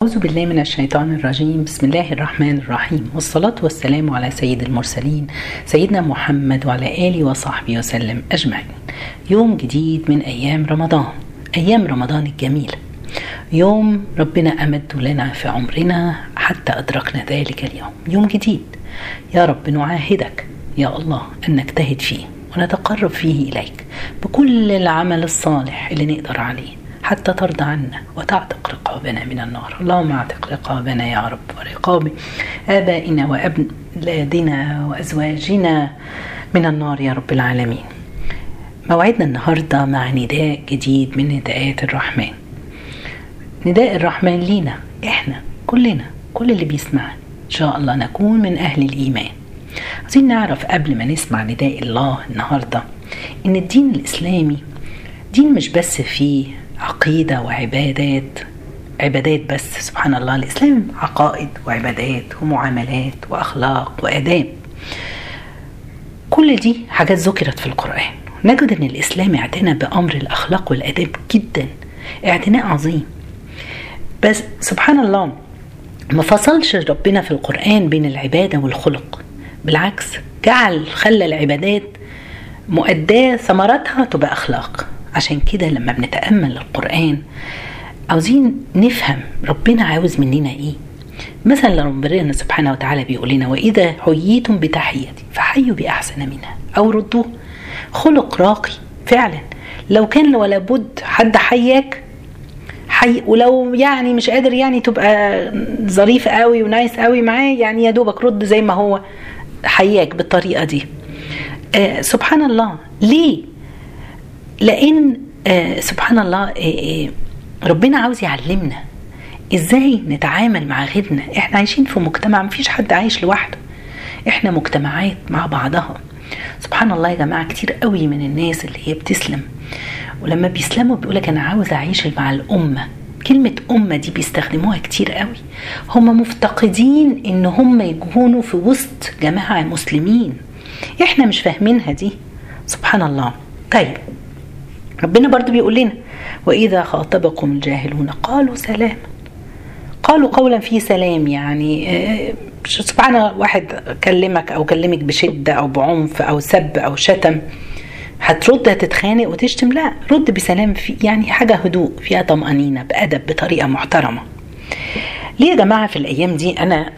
أعوذ بالله من الشيطان الرجيم. بسم الله الرحمن الرحيم، والصلاة والسلام على سيد المرسلين سيدنا محمد وعلى آله وصحبه وسلم أجمعين. يوم جديد من أيام رمضان، أيام رمضان الجميلة، يوم ربنا أمد لنا في عمرنا حتى أدركنا ذلك اليوم. يوم جديد يا رب نعاهدك يا الله أن نجتهد فيه ونتقرب فيه إليك بكل العمل الصالح اللي نقدر عليه حتى ترضى عنا وتعتق رقابنا من النار. اللهم اعتق رقابنا يا رب ورقاب آبائنا وأولادنا وأزواجنا من النار يا رب العالمين. موعدنا النهاردة مع نداء جديد من نداءات الرحمن. نداء الرحمن لينا احنا كلنا، كل اللي بيسمع ان شاء الله نكون من أهل الإيمان. عايزين نعرف قبل ما نسمع نداء الله النهاردة ان الدين الإسلامي دين مش بس فيه عقيدة وعبادات بس. سبحان الله، الإسلام عقائد وعبادات ومعاملات وأخلاق وآداب، كل دي حاجات ذكرت في القرآن. نجد أن الإسلام اعتنى بأمر الأخلاق والآداب جدا، اعتناء عظيم. بس سبحان الله ما فصلش ربنا في القرآن بين العبادة والخلق، بالعكس خلى العبادات مؤداة ثمرتها تبقى أخلاق. عشان كده لما بنتأمل القرآن عاوزين نفهم ربنا عاوز مننا ايه. مثلا ربنا سبحانه وتعالى بيقول لنا وإذا حييتم بتحية فحيوا بأحسن منها أو ردوه. خلق راقي فعلا. لو كان ولا بد حد حياك حي، ولو يعني مش قادر يعني تبقى ظريف قوي ونايس قوي معاه، يعني يا دوبك رد زي ما هو حياك بالطريقة دي. سبحان الله. ليه؟ لأن سبحان الله ربنا عاوز يعلمنا ازاي نتعامل مع غيرنا. احنا عايشين في مجتمع، مفيش حد عايش لوحده، احنا مجتمعات مع بعضها. سبحان الله يا جماعة، كتير قوي من الناس اللي هي بتسلم، ولما بيسلموا بيقولك انا عاوز اعيش مع الأمة. كلمة أمة دي بيستخدموها كتير قوي، هم مفتقدين ان هم يكونوا في وسط جماعة مسلمين. احنا مش فاهمينها دي. سبحان الله. طيب ربنا برضو بيقول لنا وإذا خاطبكم الجاهلون قالوا سلام، قالوا قولا فيه سلام. يعني سبحان الله، واحد كلمك أو كلمك بشدة أو بعنف أو سب أو شتم، هترد هتتخانق وتشتم؟ لا، رد بسلام، في يعني حاجة هدوء فيها طمأنينة بأدب بطريقة محترمة. ليه يا جماعة في الأيام دي أنا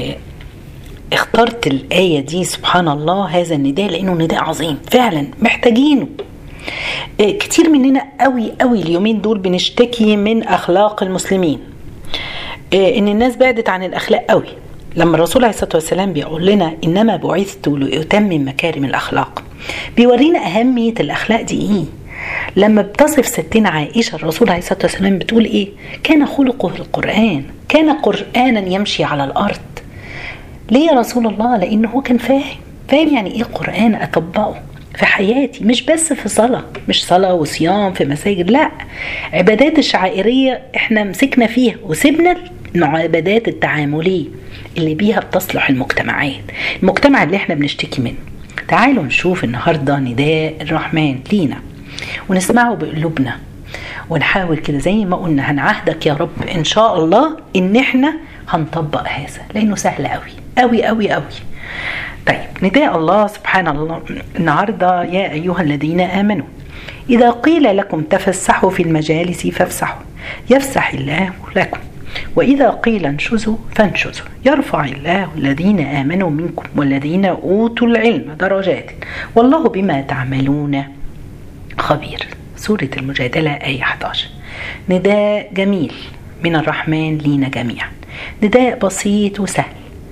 اخترت الآية دي؟ سبحان الله، هذا النداء لأنه نداء عظيم فعلا محتاجينه. كتير مننا قوي اليومين دول بنشتكي من أخلاق المسلمين، إن الناس بعدت عن الأخلاق قوي. لما الرسول عليه الصلاة والسلام بيقول لنا إنما بعثت لأتمم مكارم الأخلاق، بيورينا أهمية الأخلاق دي إيه. لما بتصف ستنا عائشة الرسول عليه الصلاة والسلام بتقول إيه؟ كان خلقه في القرآن، كان قرآنا يمشي على الأرض. ليه يا رسول الله؟ لأنه هو كان فاهم يعني إيه قرآن أطبقه في حياتي، مش بس في صلاة، مش صلاة وصيام في مساجد، لا، عبادات الشعائرية احنا مسكنا فيها وسبنا العبادات التعاملية اللي بيها بتصلح المجتمع اللي احنا بنشتكي منه. تعالوا نشوف النهاردة نداء الرحمن لينا ونسمعه بقلوبنا، ونحاول كده زي ما قلنا هنعهدك يا رب ان شاء الله ان احنا هنطبق هذا، لانه سهل قوي. طيب نداء الله سبحان الله النهاردة: يا أيها الذين آمنوا إذا قيل لكم تفسحوا في المجالس فافسحوا يفسح الله لكم، وإذا قيل انشزوا فانشزوا يرفع الله الذين آمنوا منكم والذين أوتوا العلم درجات والله بما تعملون خبير. سورة المجادلة آية 11. نداء جميل من الرحمن لينا جميعا، نداء بسيط وسهل.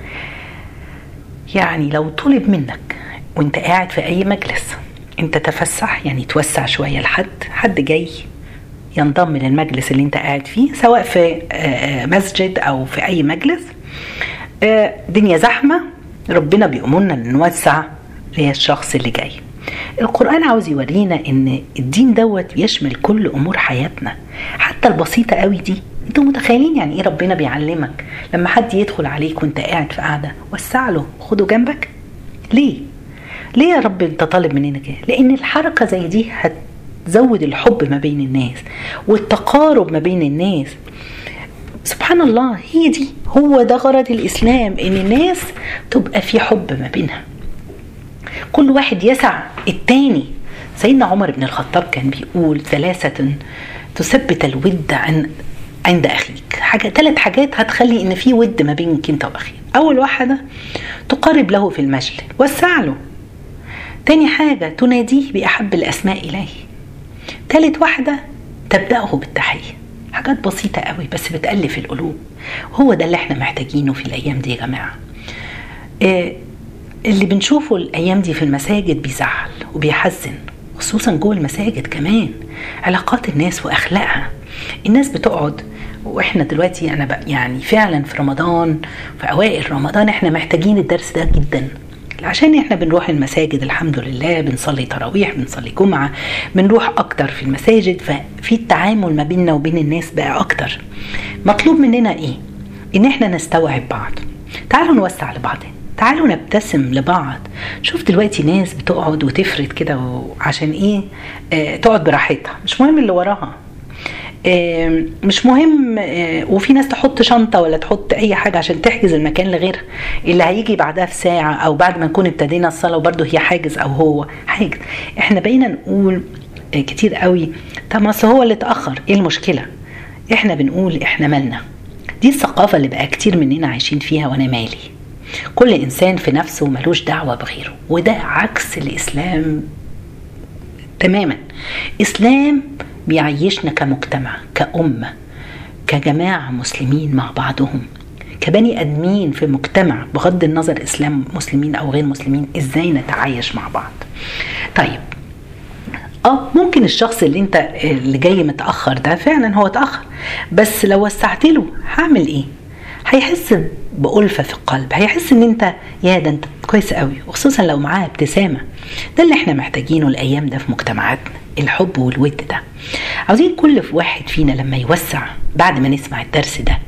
يعني لو طلب منك وانت قاعد في اي مجلس انت تفسح، يعني توسع شوية حد جاي ينضم للمجلس اللي انت قاعد فيه، سواء في مسجد او في اي مجلس، دنيا زحمة، ربنا بيأمرنا نوسع للشخص اللي جاي. القرآن عاوز يورينا ان الدين دوت يشمل كل امور حياتنا، حتى البسيطة قوي دي. انتوا متخيلين يعني ايه ربنا بيعلمك لما حد يدخل عليك وانت قاعد في قاعدة وسع له، خده جنبك؟ ليه يا رب انت طالب مننا كده؟ لان الحركة زي دي هتزود الحب ما بين الناس والتقارب ما بين الناس. سبحان الله، هو ده غرض الإسلام، إن الناس تبقى في حب ما بينها، كل واحد يسع التاني. سيدنا عمر بن الخطاب كان بيقول 3 تثبت الود عند أخيك. 3 حاجات هتخلي إن في ود ما بينك أنت وأخيك. أول واحدة تقرب له في المجلس، وسع له. تاني حاجة تناديه بأحب الأسماء إليه. تالت واحدة تبدأه بالتحية. حاجات بسيطة قوي بس بتألف القلوب. هو ده اللي احنا محتاجينه في الأيام دي يا جماعة. اللي بنشوفه الأيام دي في المساجد بيزعل وبيحزن، خصوصا جوه المساجد كمان. علاقات الناس وأخلاقها، الناس بتقعد. واحنا دلوقتي أنا يعني فعلا في رمضان، في أوائل رمضان، احنا محتاجين الدرس ده جدا، عشان احنا بنروح المساجد الحمد لله، بنصلي تراويح، بنصلي جمعة، بنروح اكتر في المساجد، ففي التعامل ما بيننا وبين الناس بقى اكتر. مطلوب مننا ايه؟ ان احنا نستوعب بعض. تعالوا نوسع لبعض، تعالوا نبتسم لبعض. شوف دلوقتي ناس بتقعد وتفرد كده، عشان ايه؟ تقعد براحتها، مش مهم اللي وراها، مش مهم. وفي ناس تحط شنطة ولا تحط اي حاجة عشان تحجز المكان لغيرها اللي هيجي بعدها في ساعة، او بعد ما نكون ابتدينا الصلاة وبرضه هي حاجز او هو حاجز. احنا بقينا نقول كتير قوي طب ما هو اللي اتأخر، ايه المشكلة؟ احنا بنقول احنا مالنا. دي الثقافة اللي بقى كتير مننا عايشين فيها، وانا مالي. كل انسان في نفسه ملوش دعوة بغيره، وده عكس الاسلام تماما. اسلام بيعيشنا كمجتمع، كأمة، كجماعة مسلمين مع بعضهم، كبني أدمين في مجتمع، بغض النظر إسلام مسلمين أو غير مسلمين، إزاي نتعايش مع بعض. طيب ممكن الشخص اللي جاي متأخر ده فعلا هو اتأخر، بس لو وسعت له هعمل إيه؟ هيحس بألفة في القلب، هيحس ان انت ده انت كويس قوي، وخصوصا لو معاه ابتسامة. ده اللي احنا محتاجينه الايام ده في مجتمعاتنا، الحب والود ده. عاوزين كل واحد فينا لما يوسع بعد ما نسمع الدرس ده،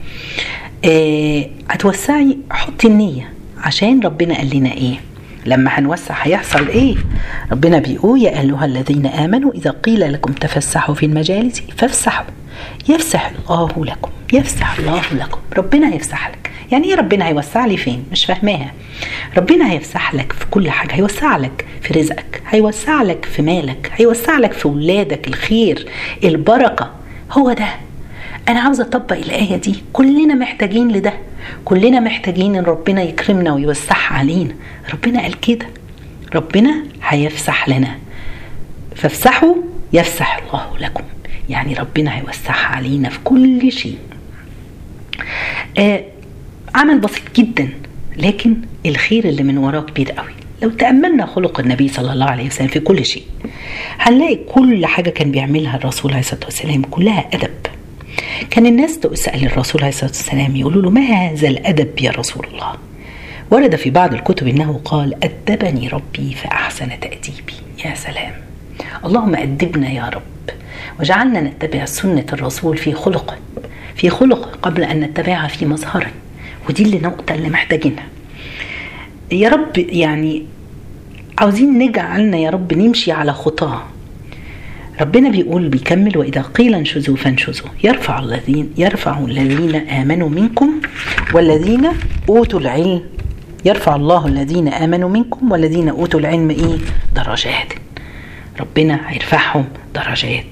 هتوسعي حطي النية، عشان ربنا قال لنا ايه لما هنوسع هيحصل ايه. ربنا بيقول يا ايها الذين امنوا اذا قيل لكم تفسحوا في المجالس فافسحوا يفسح الله لكم. يفسح الله لكم، ربنا هيفسح لك. يعني ايه ربنا هيوسع لي فين؟ مش فاهماها. ربنا هيفسح لك في كل حاجة، هيوسع لك في رزقك، هيوسع لك في مالك، هيوسع لك في ولادك، الخير، البركة. هو ده انا عاوزة اطبق الآية دي. كلنا محتاجين لده، كلنا محتاجين ان ربنا يكرمنا ويوسعها علينا. ربنا قال كده، ربنا هيفسح لنا، فافسحوا يفسح الله لكم. يعني ربنا هيوسعها علينا في كل شيء. عمل بسيط جدا، لكن الخير اللي من وراه كبير قوي. لو تأملنا خلق النبي صلى الله عليه وسلم في كل شيء، هنلاقي كل حاجة كان بيعملها الرسول عليه الصلاة والسلام كلها أدب. كان الناس تسأل الرسول عليه الصلاة والسلام، يقولوا له ما هذا الأدب يا رسول الله؟ ورد في بعض الكتب إنه قال أدبني ربي فأحسن تأديبي. يا سلام، اللهم أدبنا يا رب، وجعلنا نتبع سنة الرسول في خلقه قبل أن نتبعها في مظهره. ودي اللي نقطة اللي محتاجينها يا رب. يعني عاوزين نجعلنا يا رب نمشي على خطاه. ربنا بيكمل وإذا قيل انشزوا فانشزوا يرفع الذين آمنوا منكم والذين أوتوا العلم. يرفع الله الذين آمنوا منكم والذين أوتوا العلم درجات. ربنا هيرفعهم درجات.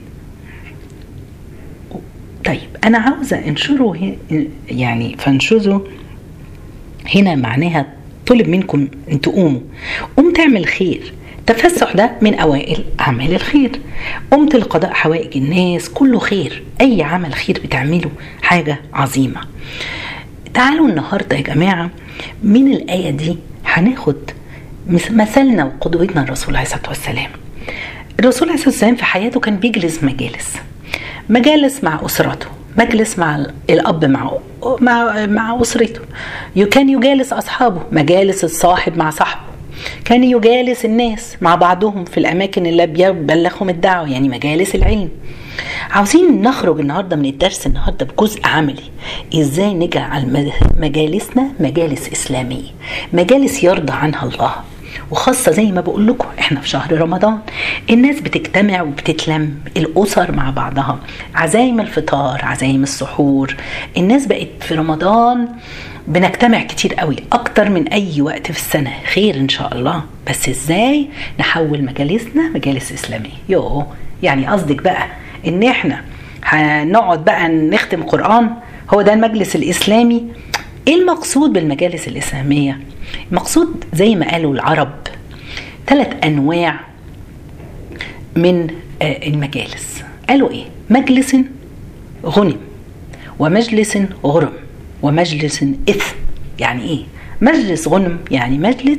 طيب أنا عاوزة انشروا، يعني فانشزوا هنا معناها طلب منكم أن تقوموا، تعمل خير. التفسح ده من أوائل أعمال الخير. قمت لقضاء حوائج الناس، كله خير. أي عمل خير بتعمله حاجة عظيمة. تعالوا النهاردة يا جماعة من الآية دي هناخد مثلنا وقدوتنا الرسول عليه الصلاة والسلام. الرسول عليه الصلاة والسلام في حياته كان بيجلس مجالس مع أسرته، مجلس مع الأب مع أسرته، كان يجالس أصحابه، مجالس الصاحب مع صاحبه، كان يجالس الناس مع بعضهم في الأماكن اللي بيبلغهم الدعوة، يعني مجالس العلم. عاوزين نخرج النهاردة من الدرس النهاردة بجزء عملي، إزاي نجعل مجالسنا مجالس إسلامية، مجالس يرضى عنها الله، وخاصة زي ما بقول لكم احنا في شهر رمضان، الناس بتجتمع وبتتلم، الأسر مع بعضها، عزايم الفطار، عزايم السحور. الناس بقت في رمضان بنجتمع كتير قوي، اكتر من اي وقت في السنة. خير ان شاء الله، بس ازاي نحول مجالسنا مجالس اسلامية؟ يعني قصدك بقى ان احنا هنقعد بقى نختم قرآن؟ هو ده المجلس الاسلامي؟ ايه المقصود بالمجالس الاسلامية؟ المقصود زي ما قالوا العرب 3 أنواع من المجالس. قالوا ايه؟ مجلس غنم، ومجلس غرم، ومجلس إثم. يعني ايه مجلس غنم؟ يعني مجلس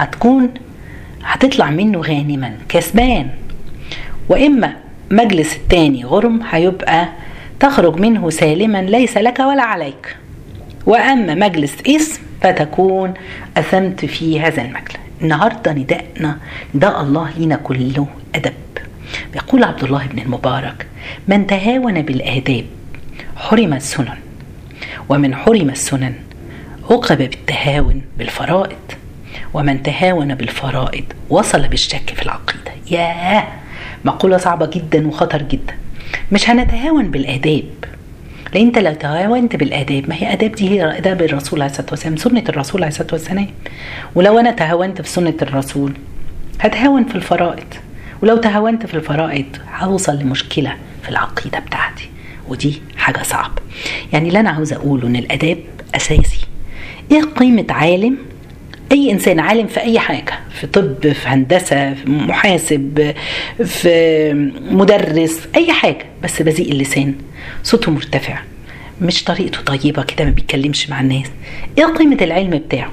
هتطلع منه غانما كسبان، وإما مجلس التاني غرم هيبقى تخرج منه سالما ليس لك ولا عليك، وأما مجلس إثم فتكون أثمت في هذا المجلس. النهاردة نداء الله لنا كله أدب. يقول عبد الله بن المبارك: من تهاون بالآداب حرم السنن، ومن حرم السنن عوقب بالتهاون بالفرائض، ومن تهاون بالفرائض وصل بالشك في العقيدة. ياه، مقولة صعبة جدا وخطر جدا. مش هنتهاون بالآداب، لأن انت لو تهاونت بالآداب، ما هي آداب دي هي آداب الرسول عليه الصلاة والسلام، سنة الرسول عليه الصلاة والسلام. ولو أنا تهاونت في سنة الرسول هتهاون في الفرائض، ولو تهاونت في الفرائض هوصل لمشكلة في العقيدة بتاعتي، ودي حاجة صعبة. يعني اللي أنا عاوز أقوله إن الآداب أساسي. إيه قيمة عالم؟ أي إنسان عالم في أي حاجة، في طب، في هندسة، في محاسب، في مدرس، أي حاجة، بس بذيء اللسان، صوته مرتفع، مش طريقته طيبة كده، ما بيتكلمش مع الناس. إيه قيمة العلم بتاعه؟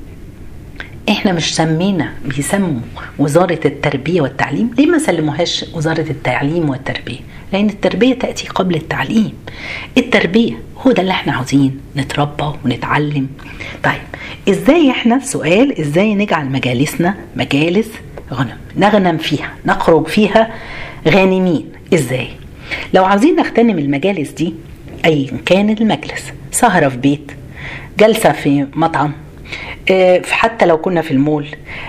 إحنا مش بيسموا وزارة التربية والتعليم. ليه ما سلموهاش وزارة التعليم والتربية؟ لأن التربية تأتي قبل التعليم. التربية هو ده اللي احنا عاوزين نتربى ونتعلم. طيب ازاي احنا، سؤال، ازاي نجعل مجالسنا مجالس غنم نغنم فيها، نخرج فيها غانمين؟ ازاي؟ لو عاوزين نغتنم المجالس دي، اي كان المجلس، سهرة في بيت، جلسة في مطعم، حتى لو كنا في المول،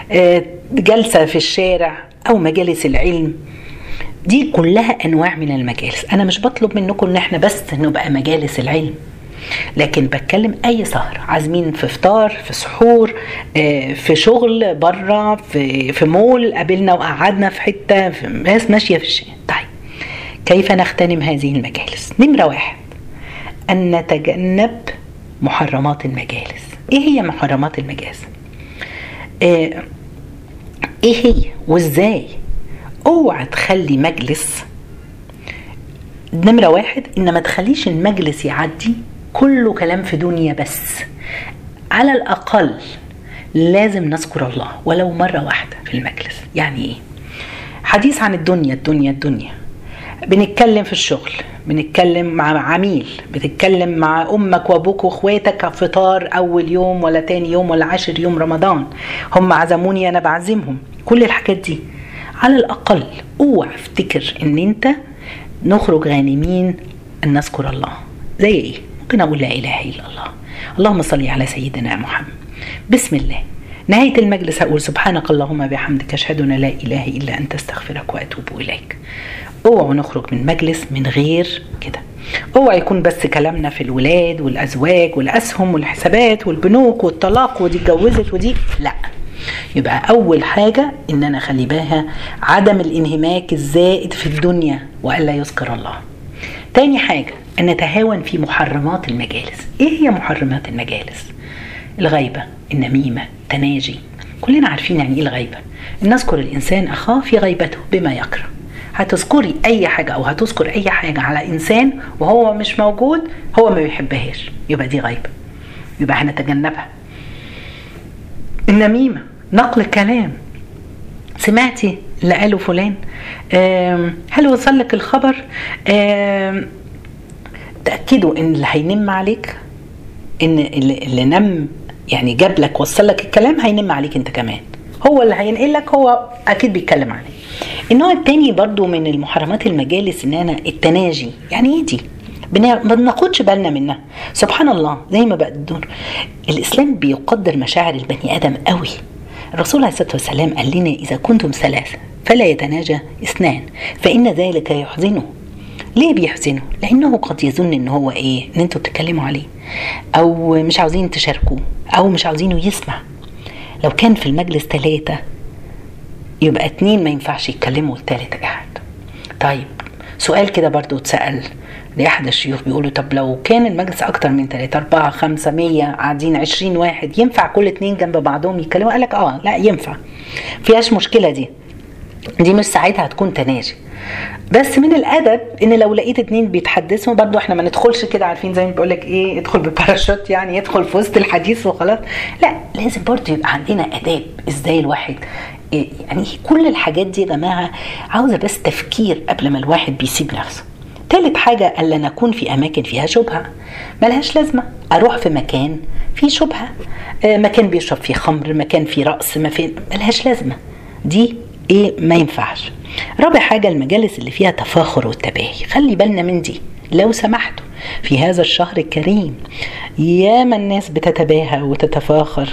جلسة في الشارع، او مجالس العلم، دي كلها انواع من المجالس. انا مش بطلب منكم ان احنا بس نبقى مجالس العلم، لكن بتكلم اي سهر، عازمين في فطار، في سحور، في شغل بره، في مول، قابلنا وقعدنا في حته، في ناس ماشيه في الشارع. طيب كيف نغتنم هذه المجالس؟ نمره 1 ان نتجنب محرمات المجالس. ايه هي محرمات المجالس؟ ايه هي وازاي؟ اوعى تخلي مجلس، نمرة 1 ان ما تخليش المجلس يعدي كله كلام في دنيا بس. على الاقل لازم نذكر الله ولو مرة واحدة في المجلس. يعني ايه؟ حديث عن الدنيا الدنيا الدنيا، بنتكلم في الشغل، بنتكلم مع عميل، بتتكلم مع امك وابوك واخواتك، فطار اول يوم ولا تاني يوم ولا 10 يوم رمضان، هم عزموني انا بعزمهم، كل الحاجات دي. على الاقل اوعى افتكر ان انت نخرج غانمين ان نذكر الله. زي ايه؟ ممكن اقول لا اله الا الله، اللهم صل على سيدنا محمد، بسم الله. نهاية المجلس هقول سبحانك اللهم بحمدك، اشهد ان لا اله الا انت، استغفرك واتوب اليك. اوعوا نخرج من مجلس من غير كده. اوعى يكون بس كلامنا في الولاد والازواج والاسهم والحسابات والبنوك والطلاق، ودي اتجوزت ودي لا. يبقى اول حاجة ان انا خلي بالها عدم الانهماك الزائد في الدنيا والا يذكر الله. تاني حاجة ان نتهاون في محرمات المجالس. ايه هي محرمات المجالس؟ الغيبة، النميمة، التناجي. كلنا عارفين يعني ايه الغيبة، ان نذكر الانسان اخاه في غيبته بما يكره. هتذكري اي حاجة او هتذكر اي حاجة على انسان وهو مش موجود، هو ما بيحبهاش، يبقى دي غيبة، يبقى هنتجنبها. النميمة، نقل الكلام، سمعتي اللي قاله فلان، هل وصل لك الخبر؟ تأكدوا ان اللي هينم عليك، ان اللي نم يعني جاب لك وصل لك الكلام هينم عليك انت كمان، هو اللي هينقل لك هو اكيد بيتكلم عليه. النوع التاني برضو من المحرمات المجالس ان انا التناجي. يعني ايه دي؟ ما بناخدش بالنا منها. سبحان الله، زي ما بقدر الاسلام بيقدر مشاعر البني ادم قوي. الرسول عليه الصلاة والسلام قال لنا إذا كنتم ثلاثة فلا يتناجى اثنان فإن ذلك يحزنه. ليه بيحزنه؟ لأنه قد يظن إن هو إيه؟ إن أنتوا بتتكلموا عليه، أو مش عاوزين تشاركوه، أو مش عاوزينه يسمع. لو كان في المجلس 3 يبقى 2 ما ينفعش يتكلموا والتالت قاعد. طيب سؤال كده برضو اتسأل لأحد الشيوخ، بيقولوا طب لو كان المجلس أكتر من 3 4 5 100 قاعدين 20 واحد، ينفع كل 2 جنب بعضهم يتكلموا؟ قالك لا ينفع، فيهاش مشكلة. دي مش ساعتها هتكون تناجي. بس من الادب ان لو لقيت 2 بيتحدثوا برضو احنا ما ندخلش كده، عارفين زي ما بقولك ايه، ادخل بباراشوت يعني يدخل في وسط الحديث وخلاص. لا، لازم برضو يبقى عندنا اداب ازاي الواحد يعني. كل الحاجات دي يا جماعه عاوزه بس تفكير قبل ما الواحد بيسيب نفسه. ثالث حاجه، الا نكون في اماكن فيها شبهه، ملهاش لازمه اروح في مكان فيه شبهه، مكان بيشرب فيه خمر، مكان فيه رقص، ملهاش لازمه، دي ما ينفعش. رابع حاجة، المجالس اللي فيها تفاخر والتباهي، خلي بالنا من دي لو سمحتوا. في هذا الشهر الكريم ياما الناس بتتباهى وتتفاخر،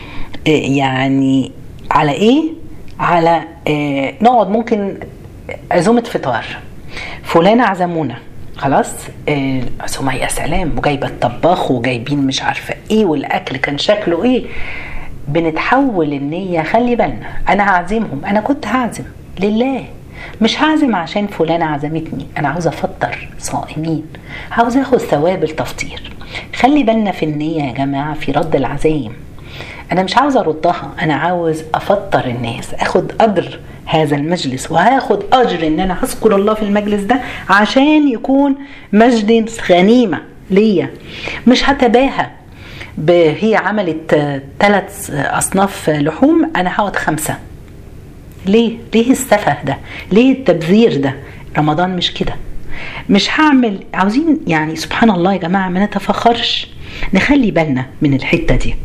يعني على ايه؟ على نقعد ممكن عزومة فطار، فلانة عزمونا خلاص، سمية سلام وجايبة الطباخ وجايبين مش عارفة ايه، والاكل كان شكله ايه. بنتحول النية، خلي بالنا، انا هعزمهم، انا كنت هعزم لله، مش هعزم عشان فلانة عزمتني، انا عاوز افطر صائمين، عاوز اخد ثواب التفطير. خلي بالنا في النية يا جماعة في رد العزايم، انا مش عاوز اردها، انا عاوز افطر الناس، اخد اجر هذا المجلس، وهاخد اجر ان انا هذكر الله في المجلس ده عشان يكون مجلس غنيمة ليا. مش هتباهى هي عملت 3 أصناف لحوم أنا هقعد 5. ليه السفه ده؟ ليه التبذير ده؟ رمضان مش كده، مش هعمل. عاوزين يعني سبحان الله يا جماعة ما نتفخرش، نخلي بالنا من الحتة دي.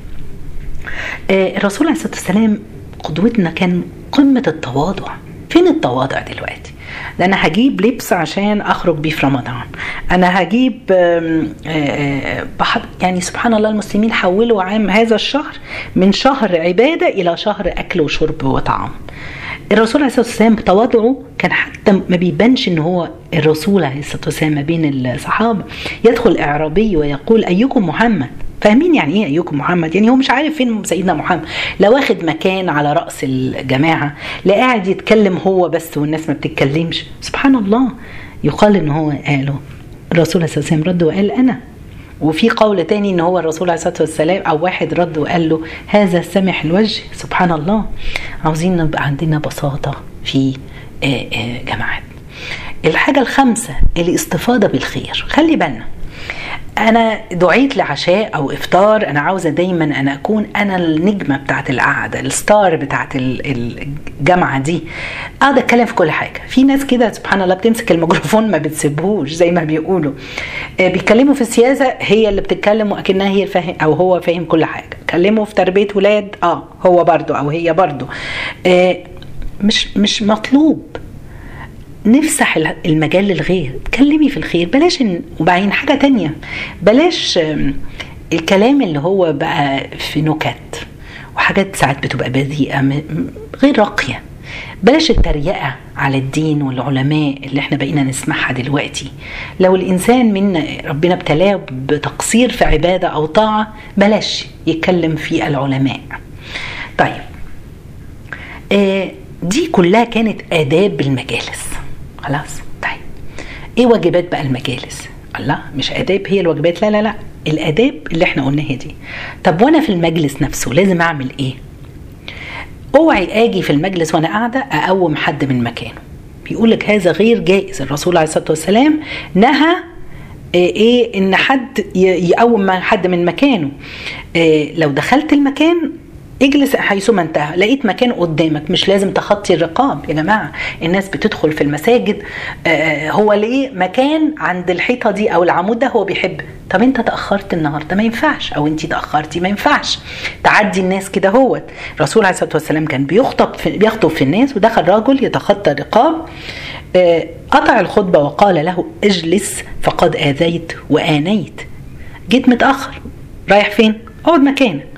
الرسول عليه الصلاة والسلام قدوتنا كان قمة التواضع. فين التواضع دلوقتي؟ ده انا هجيب لبس عشان اخرج بيه في رمضان، انا هجيب يعني سبحان الله المسلمين حولوا عام هذا الشهر من شهر عبادة الى شهر اكل وشرب وطعام. الرسول عليه الصلاة والسلام بتواضعه كان حتى ما بيبانش ان هو الرسول عليه الصلاة والسلام ما بين الصحابة. يدخل اعرابي ويقول ايكم محمد. فاهمين يعني ايه ايكم محمد؟ يعني هو مش عارف فين سيدنا محمد، لا واخد مكان على رأس الجماعة، لا قاعد يتكلم هو بس والناس ما بتتكلمش. سبحان الله. يقال ان هو قاله الرسول عليه الصلاة والسلام رد وقال انا، وفي قول تاني ان هو الرسول عليه الصلاة والسلام او واحد رد وقال له هذا سمح الوجه. سبحان الله. عاوزين نبقى عندنا بساطة في جماعات. الحاجة الخامسة الاستفاضة بالخير. خلي بالنا، انا دعيت لعشاء او افطار، انا عاوزه دايما انا اكون انا النجمه بتاعت القعده، الستار بتاعت الجامعه دي، اقعد اتكلم في كل حاجه. في ناس كده سبحان الله بتمسك الميكروفون ما بتسيبهوش زي ما بيقولوا، بيتكلموا في السياسه هي اللي بتتكلم واكنها هي فاهم او هو فاهم كل حاجه. كلموا في تربيه ولاد هو برضو او هي برضو. مش مطلوب. نفسح المجال للغير، تكلمي في الخير، بلاش وبعدين حاجة تانية، بلاش الكلام اللي هو بقى في نكت وحاجات ساعات بتبقى بذيئة غير راقية. بلاش التريقة على الدين والعلماء اللي احنا بقينا نسمعها دلوقتي. لو الإنسان من ربنا ابتلاه بتقصير في عبادة أو طاعة بلاش يتكلم في العلماء. طيب دي كلها كانت آداب المجالس. خلاص. طيب ايه واجبات بقى المجالس؟ الله، مش آداب هي الواجبات، لا الآداب اللي احنا قلناها دي. طب وانا في المجلس نفسه لازم اعمل ايه؟ اوعي اجي في المجلس وانا قاعده اقوم حد من مكانه. بيقولك هذا غير جائز. الرسول عليه الصلاة والسلام نهى ان حد يقوم حد من مكانه. لو دخلت المكان اجلس حيثما انتهى. لقيت مكان قدامك مش لازم تخطي الرقاب يا جماعة. الناس بتدخل في المساجد هو ليه مكان عند الحيطة دي او العمود ده هو بيحب. طب انت تأخرت النهاردة ما ينفعش، او انت تأخرتي ما ينفعش تعدي الناس كده. هو الرسول عليه الصلاة والسلام كان بيخطب في الناس، ودخل رجل يتخطى الرقاب، قطع الخطبة وقال له اجلس فقد آذيت وآنيت. جيت متأخر، رايح فين؟ اقعد مكانك.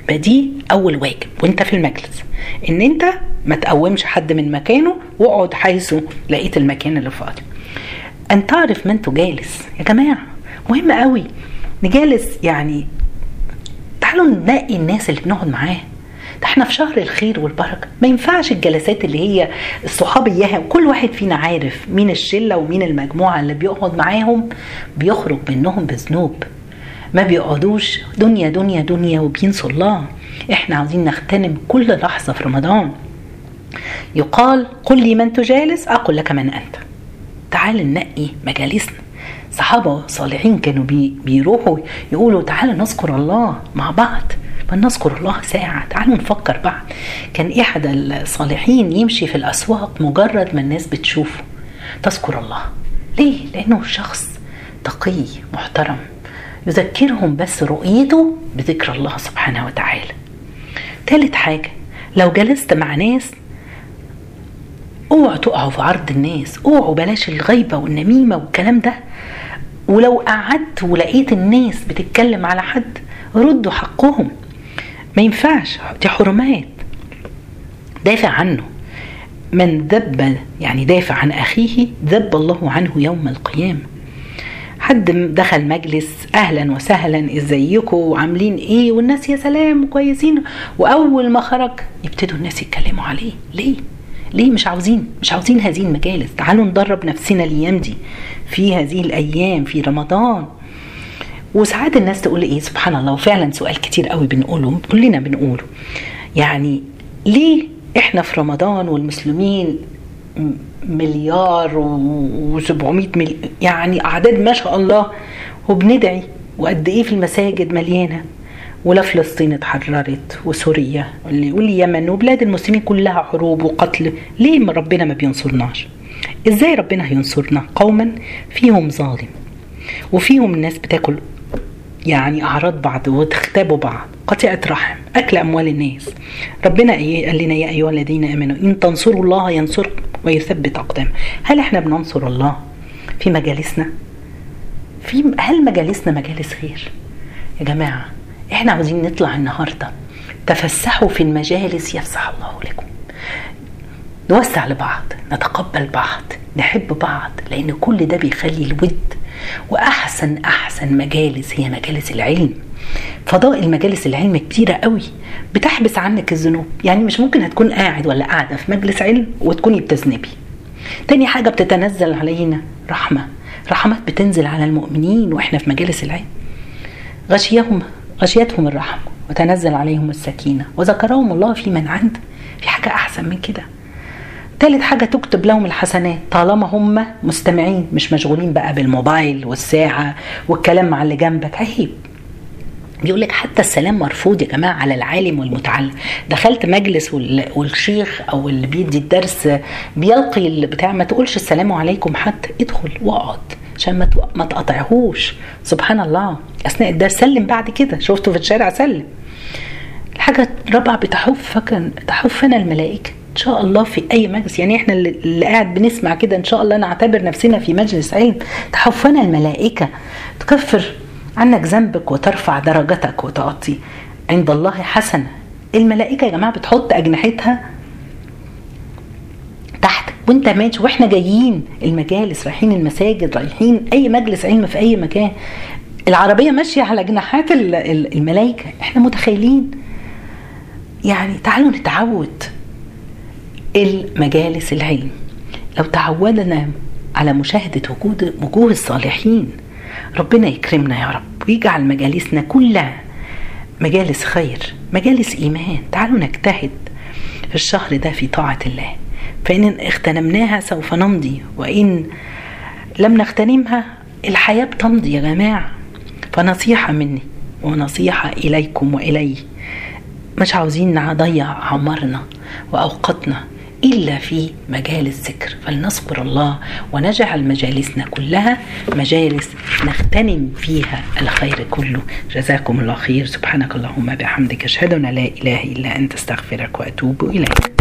يبقى دي اول واجب وانت في المجلس، ان انت ما تقومش حد من مكانه واقعد حيث لقيت المكان اللي فاضي. ان تعرف من تجالس يا جماعه، مهم قوي نجالس. يعني تعالوا ننقي الناس اللي بنقعد معاها، ده احنا في شهر الخير والبركه، ما ينفعش الجلسات اللي هي الصحاب اياها. كل واحد فينا عارف مين الشله ومين المجموعه اللي بيقعد معاهم بيخرج منهم بذنوب، ما بيقعدوش دنيا دنيا دنيا وبينسوا الله. احنا عاوزين نغتنم كل لحظه في رمضان. يقال قل لي من تجالس اقول لك من انت. تعال ننقي مجالسنا. صحابه صالحين كانوا بيروحوا يقولوا تعال نذكر الله مع بعض، فنذكر الله ساعة، تعالوا نفكر بعض. كان احد الصالحين يمشي في الاسواق مجرد ما الناس بتشوفه تذكر الله. ليه؟ لانه شخص تقي محترم يذكرهم بس رؤيته بذكر الله سبحانه وتعالى. ثالث حاجة، لو جلست مع ناس اوعوا تقعوا في عرض الناس، اوعوا بلاش الغيبة والنميمة والكلام ده. ولو قعدت ولقيت الناس بتتكلم على حد ردوا حقهم، ما ينفعش، دي حرمات. دافع عنه، من ذب يعني دافع عن أخيه ذب الله عنه يوم القيامة. حد دخل مجلس اهلا وسهلا ازيكم وعاملين ايه والناس يا سلام كويسين، واول ما خرج يبتدوا الناس يتكلموا عليه. ليه مش عاوزين هذه المجالس. تعالوا ندرب نفسنا الايام دي في هذه الايام في رمضان. وساعات الناس تقول ايه سبحان الله، وفعلا سؤال كتير قوي بنقوله كلنا بنقوله، يعني ليه احنا في رمضان والمسلمين مليار و700 يعني اعداد ما شاء الله، وبندعي وقد ايه في المساجد مليانه، ولا فلسطين اتحررت وسوريا واليمن وبلاد المسلمين كلها حروب وقتل، ليه ربنا ما بينصرناش؟ ازاي ربنا هينصرنا؟ قوما فيهم ظالم وفيهم الناس بتاكل يعني اعراض بعض وتختابوا بعض، قطيعة رحم، اكل اموال الناس. ربنا قال لنا يا ايها الذين امنوا ان تنصروا الله ينصركم ويثبت اقدام. هل احنا بننصر الله في مجالسنا؟ هل مجالسنا مجالس خير؟ يا جماعة احنا عاوزين نطلع النهاردة تفسحوا في المجالس يفسح الله لكم، نوسع لبعض، نتقبل بعض، نحب بعض، لان كل ده بيخلي الود. واحسن مجالس هي مجالس العلم. فضائل مجالس العلم كتيرة قوي بتحبس عنك الذنوب. يعني مش ممكن هتكون قاعد ولا قاعدة في مجلس علم وتكوني بتذنبي. تاني حاجة بتتنزل علينا رحمات بتنزل على المؤمنين واحنا في مجالس العلم. غشيتهم الرحمة وتنزل عليهم السكينة وذكرهم الله في من عنده. في حاجة احسن من كده؟ ثالث حاجة تكتب لهم الحسنات طالما هم مستمعين، مش مشغولين بقى بالموبايل والساعة والكلام مع اللي جنبك. عيب. بيقول لك حتى السلام مرفوض يا جماعة على العالم والمتعلم. دخلت مجلس والشيخ او اللي بيدي الدرس بيلقي البتاع، ما تقولش السلام عليكم حتى، ادخل واقعد عشان ما تقطعهوش. سبحان الله، اثناء الدرس سلم، بعد كده شفته في الشارع سلم. الحاجة الرابعة تحفنا الملائكة ان شاء الله في اي مجلس. يعني احنا اللي قاعد بنسمع كده ان شاء الله نعتبر نفسنا في مجلس علم. تحفنا الملائكة، تكفر عنك ذنبك وترفع درجتك وتعطي عند الله حسنة. الملائكة يا جماعة بتحط اجنحتها تحت وانت ماشي، واحنا جايين المجالس، رايحين المساجد، رايحين اي مجلس علم في اي مكان، العربية ماشية على جناحات الملائكة. احنا متخيلين؟ يعني تعالوا نتعود المجالس العلم. لو تعودنا على مشاهدة وجوه الصالحين ربنا يكرمنا يا رب ويجعل مجالسنا كلها مجالس خير، مجالس إيمان. تعالوا نجتهد في الشهر ده في طاعة الله، فإن اغتنمناها سوف نمضي، وإن لم نغتنمها الحياة بتمضي يا جماعة. فنصيحة مني ونصيحة إليكم وإلي، مش عاوزين نضيع عمرنا وأوقاتنا إلا في مجالس ذكر، فلنذكر الله ونجعل مجالسنا كلها مجالس نغتنم فيها الخير كله. جزاكم الله خير. سبحانك اللهم بحمدك أشهد أن لا إله إلا أنت، استغفرك وأتوب إليك.